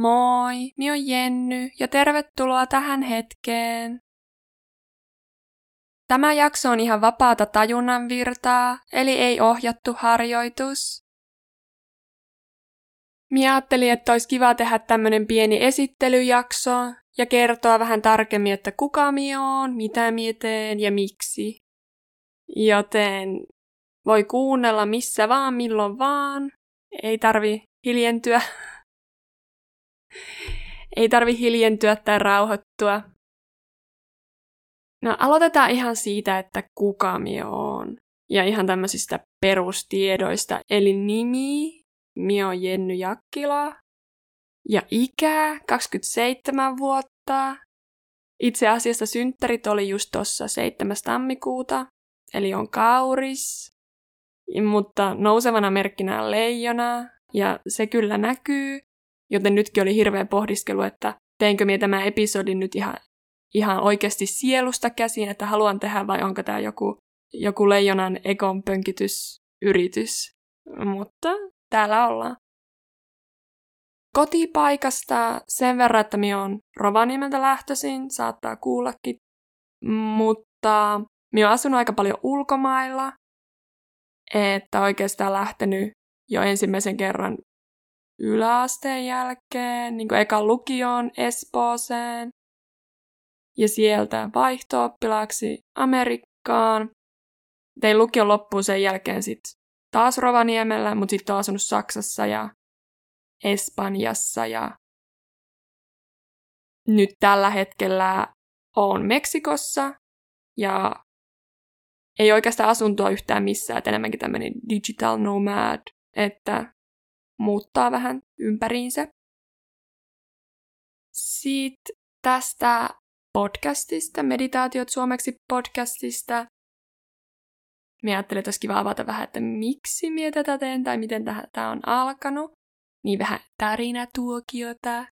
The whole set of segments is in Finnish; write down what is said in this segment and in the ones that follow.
Moi, minä oon Jenny ja tervetuloa tähän hetkeen. Tämä jakso on ihan vapaata tajunnan virtaa, eli ei ohjattu harjoitus. Minä ajattelin, että olisi kiva tehdä tämmönen pieni esittelyjakso ja kertoa vähän tarkemmin, että kuka minä oon, mitä minä teen ja miksi. Joten voi kuunnella missä vaan, milloin vaan. Ei tarvi hiljentyä. Ei tarvi hiljentyä tai rauhoittua. No aloitetaan ihan siitä, että kuka minä oon. Ja ihan tämmöisistä perustiedoista. Eli nimi, minä oon Jenny Jakkila. Ja ikä, 27 vuotta. Itse asiassa synttärit oli just tossa 7. tammikuuta. Eli on kauris. Mutta nousevana merkkinä on leijona. Ja se kyllä näkyy. Joten nytkin oli hirveä pohdiskelu, että teinkö minä tämä episodin nyt ihan oikeasti sielusta käsin, että haluan tehdä vai onko tämä joku leijonan ekon pönkitysyritys. Mutta täällä ollaan. Kotipaikasta sen verran, että minä olen Rovaniemeltä lähtöisin, saattaa kuullakin. Mutta minä olen asunut aika paljon ulkomailla, että oikeastaan lähtenyt jo ensimmäisen kerran yläasteen jälkeen, niin kuin ekan lukioon Espooseen. Ja sieltä vaihto-oppilaaksi Amerikkaan. Tein lukion loppuun sen jälkeen sitten taas Rovaniemellä, mutta sitten olen asunut Saksassa ja Espanjassa. Ja nyt tällä hetkellä olen Meksikossa ja ei oikeastaan asuntoa yhtään missään, että enemmänkin tämmöinen digital nomad, että muuttaa vähän ympäriinsä. Sitten tästä podcastista, Meditaatiot suomeksi podcastista. Minä ajattelin, että olisi kiva avata vähän, että miksi minä tätä teen tai miten tämä on alkanut. Niin vähän tarinatuokiota.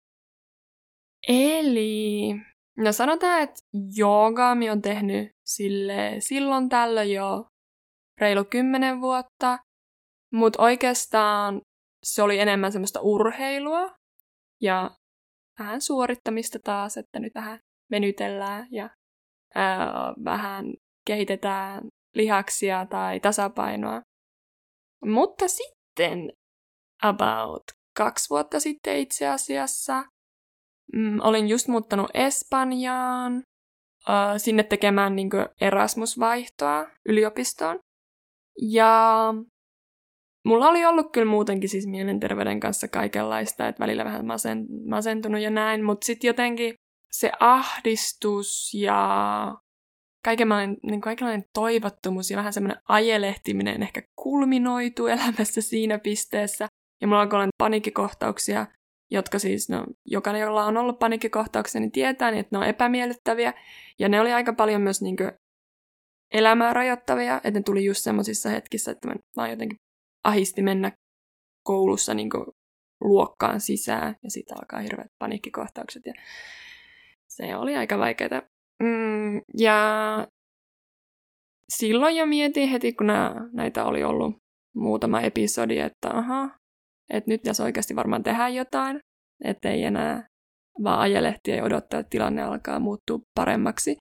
Eli, no sanotaan, että joogaa minä olen tehnyt silloin tällöin jo reilu 10 vuotta. Mutta oikeastaan se oli enemmän semmoista urheilua ja vähän suorittamista taas, että nyt vähän venytellään ja vähän kehitetään lihaksia tai tasapainoa. Mutta sitten about 2 vuotta sitten itse asiassa olin just muuttanut Espanjaan sinne tekemään niin kuin Erasmus-vaihtoa yliopistoon. Ja mulla oli ollut kyllä muutenkin siis mielenterveyden kanssa kaikenlaista, että välillä vähän masentunut ja näin, mutta sitten jotenkin se ahdistus ja kaikenlainen toivottomuus ja vähän semmoinen ajelehtiminen ehkä kulminoituu elämässä siinä pisteessä. Ja mulla alkoi olla paniikkikohtauksia, jotka siis, jokainen, jolla on ollut paniikkikohtauksia, niin tietää, että ne on epämiellyttäviä. Ja ne oli aika paljon myös elämää rajoittavia, että ne tuli just semmoisissa hetkissä, että mä vaan jotenkin ahisti mennä koulussa luokkaan sisään. Ja siitä alkaa hirveät paniikkikohtaukset. Ja se oli aika vaikeaa. Ja silloin jo mietin heti, kun näitä oli ollut muutama episodi, että että nyt pitäisi oikeasti varmaan tehdä jotain, ettei enää vaan ajelehtiä ja odottaa, että tilanne alkaa muuttua paremmaksi.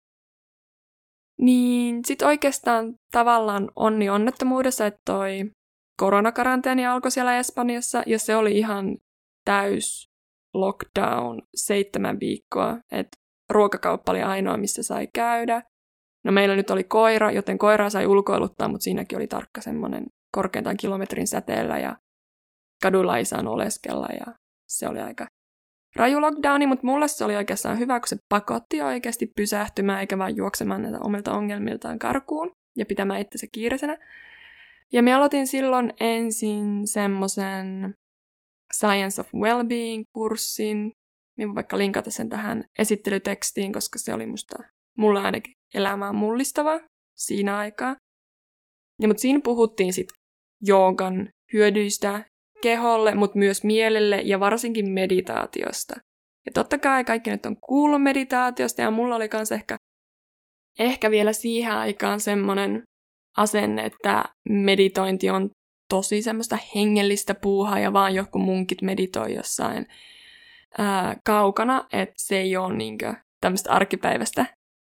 Niin sit oikeastaan tavallaan onni onnettomuudessa, että toi koronakaranteeni alkoi siellä Espanjassa ja se oli ihan täys lockdown 7 viikkoa, että ruokakauppa oli ainoa, missä sai käydä. No meillä nyt oli koira, joten koiraa sai ulkoiluttaa, mutta siinäkin oli tarkka semmoinen korkeintaan kilometrin säteellä ja kadulla ei saanut oleskella ja se oli aika raju lockdowni, mutta mulle se oli oikeastaan hyvä, kun se pakotti oikeasti pysähtymään eikä vaan juoksemaan näitä omilta ongelmiltaan karkuun ja pitämään itsensä kiireisenä. Ja me aloitin silloin ensin semmoisen Science of Wellbeing-kurssin. Minä voin vaikka linkata sen tähän esittelytekstiin, koska se oli mulla ainakin elämää mullistava siinä aikaa. Mutta siinä puhuttiin sitten joogan hyödyistä keholle, mutta myös mielelle ja varsinkin meditaatiosta. Ja totta kai kaikki nyt on kuullut meditaatiosta ja mulla oli kans ehkä vielä siihen aikaan semmoinen asenne, että meditointi on tosi semmoista hengellistä puuhaa ja vaan joku munkit meditoi jossain kaukana, että se ei ole niinkö tämmöistä arkipäivästä.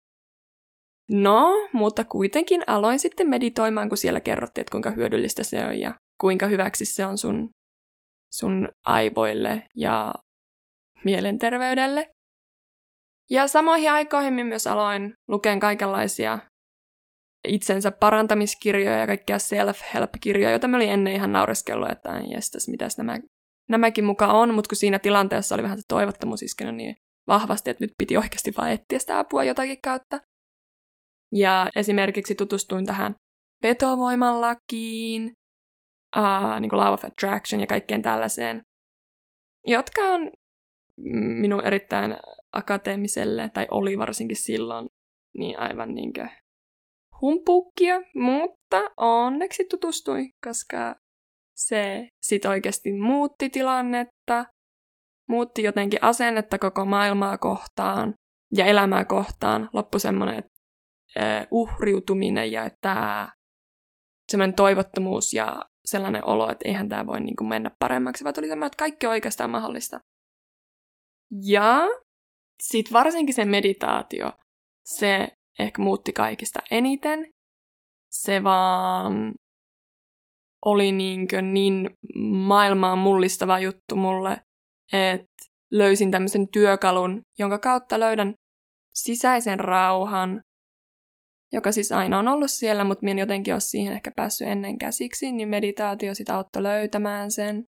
No, mutta kuitenkin aloin sitten meditoimaan, kun siellä kerrottiin, että kuinka hyödyllistä se on ja kuinka hyväksi se on sun aivoille ja mielenterveydelle. Ja samoihin aikoihin myös aloin lukea kaikenlaisia itsensä parantamiskirjoja ja kaikkia self-help-kirjoja, joita mä olin ennen ihan naureskellut, että jestas, mitäs nämäkin mukaan on, mutta kun siinä tilanteessa oli vähän se toivottomuus iskenyt niin vahvasti, että nyt piti oikeasti vaan etsiä sitä apua jotakin kautta. Ja esimerkiksi tutustuin tähän vetovoiman lakiin, niin kuin Law of Attraction ja kaikkeen tällaiseen, jotka on minun erittäin akateemiselle, tai oli varsinkin silloin, niin aivan niinkö humpuukia, mutta onneksi tutustuin, koska se sit oikeasti muutti tilannetta, muutti jotenkin asennetta koko maailmaa kohtaan ja elämää kohtaan. Loppui semmoinen uhriutuminen ja että semmoinen toivottomuus ja sellainen olo, että eihän tämä voi niin kuin mennä paremmaksi, vaan tuli semmoinen, että kaikki on oikeastaan mahdollista. Ja sitten varsinkin se meditaatio, se ehkä muutti kaikista eniten. Se vaan oli niin maailmaan mullistava juttu mulle, että löysin tämmöisen työkalun, jonka kautta löydän sisäisen rauhan, joka siis aina on ollut siellä, mutta minä en jotenkin ole siihen ehkä päässyt ennen käsiksi, niin meditaatio sitä auttoi löytämään sen.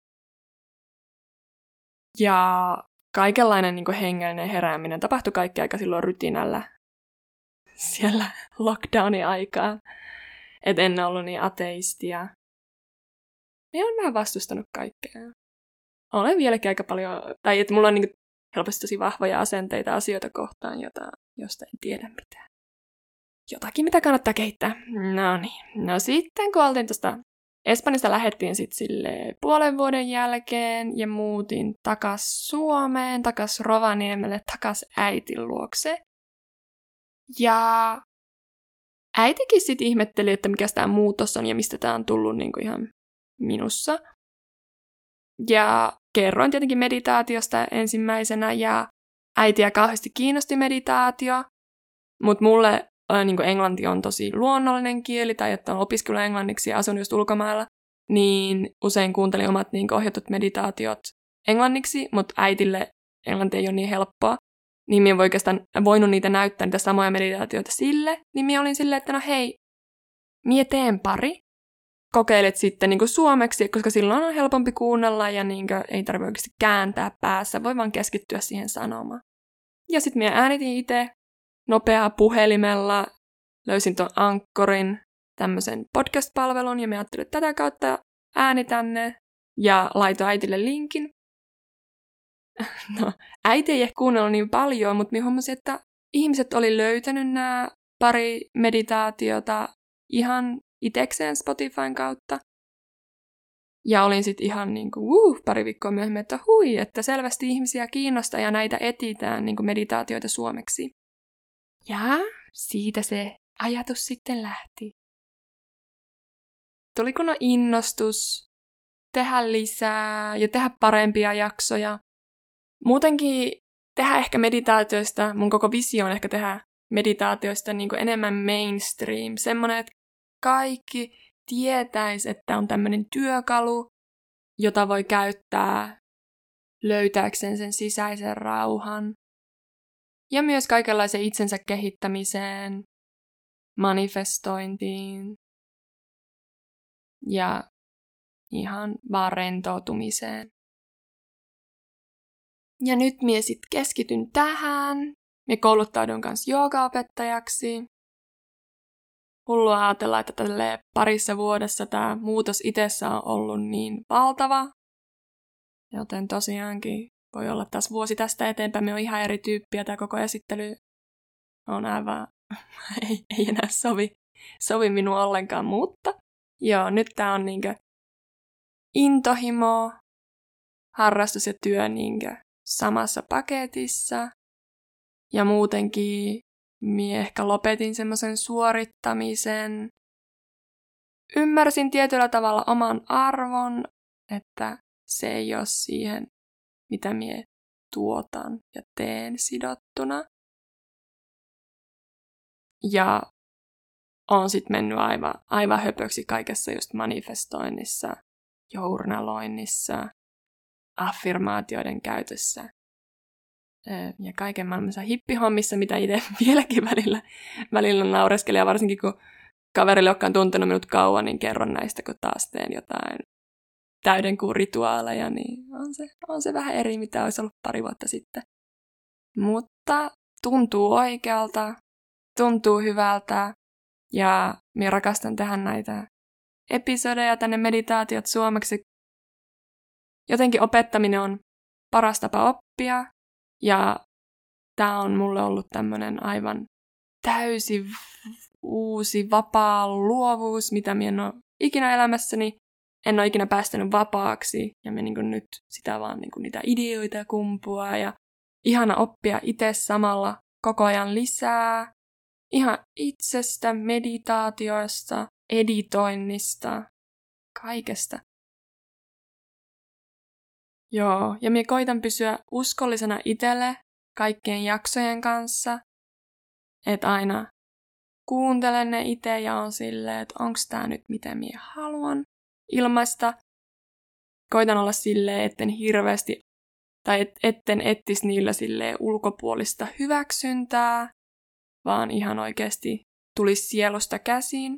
Ja kaikenlainen niin kuin hengellinen herääminen tapahtui kaikki aika silloin rytinällä siellä lockdownin aikaan. Että en ollut niin ateistia. Minä olen vähän vastustanut kaikkea. Olen vieläkin aika paljon, tai että mulla on niin kuin helposti tosi vahvoja asenteita asioita kohtaan, josta en tiedä mitään. Jotakin, mitä kannattaa kehittää. No niin. No sitten, kun oltiin tuosta Espanjasta lähdettiin sitten silleen puolen vuoden jälkeen ja muutin takas Suomeen, takas Rovaniemelle, takas äitin luokse. Ja äitikin sitten ihmetteli, että mikä tämä muutos on ja mistä tämä on tullut niinku ihan minussa. Ja kerroin tietenkin meditaatiosta ensimmäisenä ja äitiä kauheasti kiinnosti meditaatio, mutta mulle niin kuin englanti on tosi luonnollinen kieli, tai että on opiskellut englanniksi ja asun just ulkomailla, niin usein kuuntelin omat niin kuin ohjatut meditaatiot englanniksi, mutta äitille englanti ei ole niin helppoa. Niin minä en oikeastaan voinut niitä näyttää, niitä samoja meditaatioita sille, niin minä olin silleen, että no hei, minä teen pari. Kokeilet sitten niin kuin suomeksi, koska silloin on helpompi kuunnella ja niin kuin ei tarvitse oikeasti kääntää päässä, voi vaan keskittyä siihen sanomaan. Ja sitten minä äänitin itse nopeaa puhelimella, löysin tuon Anchorin, tämmöisen podcast-palvelun, ja me ajattelin, että tätä kautta äänitän ne, ja laitoin äitille linkin. No, äiti ei ehkä kuunnellut niin paljon, mutta minä huomasin, että ihmiset oli löytänyt nämä pari meditaatiota ihan itekseen Spotifyn kautta. Ja olin sitten ihan niin kuin, pari viikkoa myöhemmin, että että selvästi ihmisiä kiinnostaa ja näitä etsitään niin kuin meditaatioita suomeksi. Ja siitä se ajatus sitten lähti. Tuli kunnon innostus tehdä lisää ja tehdä parempia jaksoja. Muutenkin tehdä ehkä meditaatioista, mun koko visio on ehkä tehdä meditaatioista niin kuin enemmän mainstream. Semmoinen, että kaikki tietäisi, että on tämmöinen työkalu, jota voi käyttää löytääkseen sen sisäisen rauhan. Ja myös kaikenlaisen itsensä kehittämiseen, manifestointiin ja ihan vaan rentoutumiseen. Ja nyt minä sitten keskityn tähän. Minä kouluttaudun kanssa joogaopettajaksi. Hullua ajatella, että tälle parissa vuodessa tämä muutos itsessä on ollut niin valtava. Joten tosiaankin voi olla taas vuosi tästä eteenpäin. Me on ihan eri tyyppiä. Tämä koko esittely on aivan, ei enää sovi minua ollenkaan, mutta joo, nyt tämä on niinkö intohimo, harrastus ja työ niinkö samassa paketissa. Ja muutenkin minä ehkä lopetin semmoisen suorittamisen. Ymmärsin tietyllä tavalla oman arvon, että se ei ole siihen, mitä minä tuotan ja teen sidottuna. Ja on sitten mennyt aivan höpöksi kaikessa just manifestoinnissa, journaloinnissa, affirmaatioiden käytössä ja kaiken maailmansa hippihommissa, mitä itse vieläkin välillä naureskelee. Ja varsinkin kun kaverille, joka on tuntenut minut kauan, niin kerron näistä, kun taas teen jotain täydenkuun rituaaleja, niin on se vähän eri, mitä olisi ollut pari vuotta sitten. Mutta tuntuu oikealta, tuntuu hyvältä ja minä rakastan tehdä näitä episodeja tänne meditaatiot suomeksi. Jotenkin opettaminen on paras tapa oppia ja tämä on mulle ollut tämmöinen aivan täysin uusi vapaa luovuus, mitä minä en ole ikinä elämässäni. En ole ikinä päästänyt vapaaksi ja me nyt sitä vaan niitä ideoita kumpuaa ja ihana oppia itse samalla koko ajan lisää. Ihan itsestä, meditaatioista, editoinnista, kaikesta. Joo, ja minä koitan pysyä uskollisena itselle kaikkien jaksojen kanssa. Että aina kuuntelen ne itse ja on silleen, että onks tää nyt mitä minä haluan ilmaista. Koitan olla silleen, etten hirveästi tai etten ettis niillä silleen ulkopuolista hyväksyntää, vaan ihan oikeasti tulisi sielusta käsiin.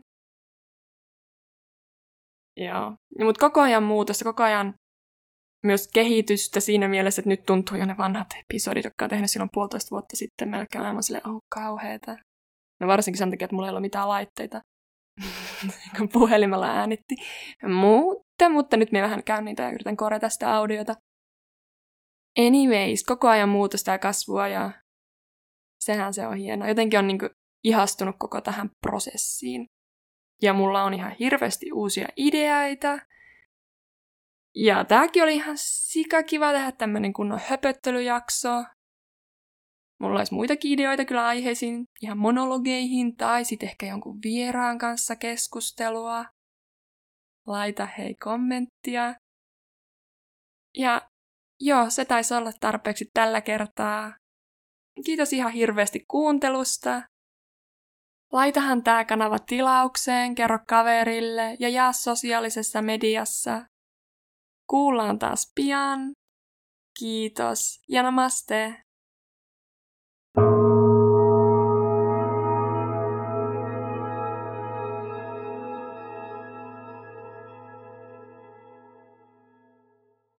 Joo. Mutta koko ajan muutosta, koko ajan myös kehitystä siinä mielessä, että nyt tuntuu jo ne vanhat episodit, jotka on tehnyt silloin 1,5 vuotta sitten melkein aivan silleen, kauheeta. No varsinkin sen takia, että mulla ei ole mitään laitteita, kun puhelimella äänitti. Mutta nyt me vähän käyn niitä ja yritän korjata sitä audiota. Anyways, koko ajan muutosta ja kasvua ja sehän se on hienoa. Jotenkin on ihastunut koko tähän prosessiin. Ja mulla on ihan hirveästi uusia ideoita. Ja tääkin oli ihan sikakiva tehdä tämmönen kunnon höpöttelyjakso. Mulla olisi muitakin ideoita kyllä aiheisiin, ihan monologeihin tai sitten ehkä jonkun vieraan kanssa keskustelua. Laita hei kommenttia. Ja joo, se taisi olla tarpeeksi tällä kertaa. Kiitos ihan hirveästi kuuntelusta. Laitahan tää kanava tilaukseen, kerro kaverille ja jaa sosiaalisessa mediassa. Kuullaan taas pian. Kiitos ja namaste.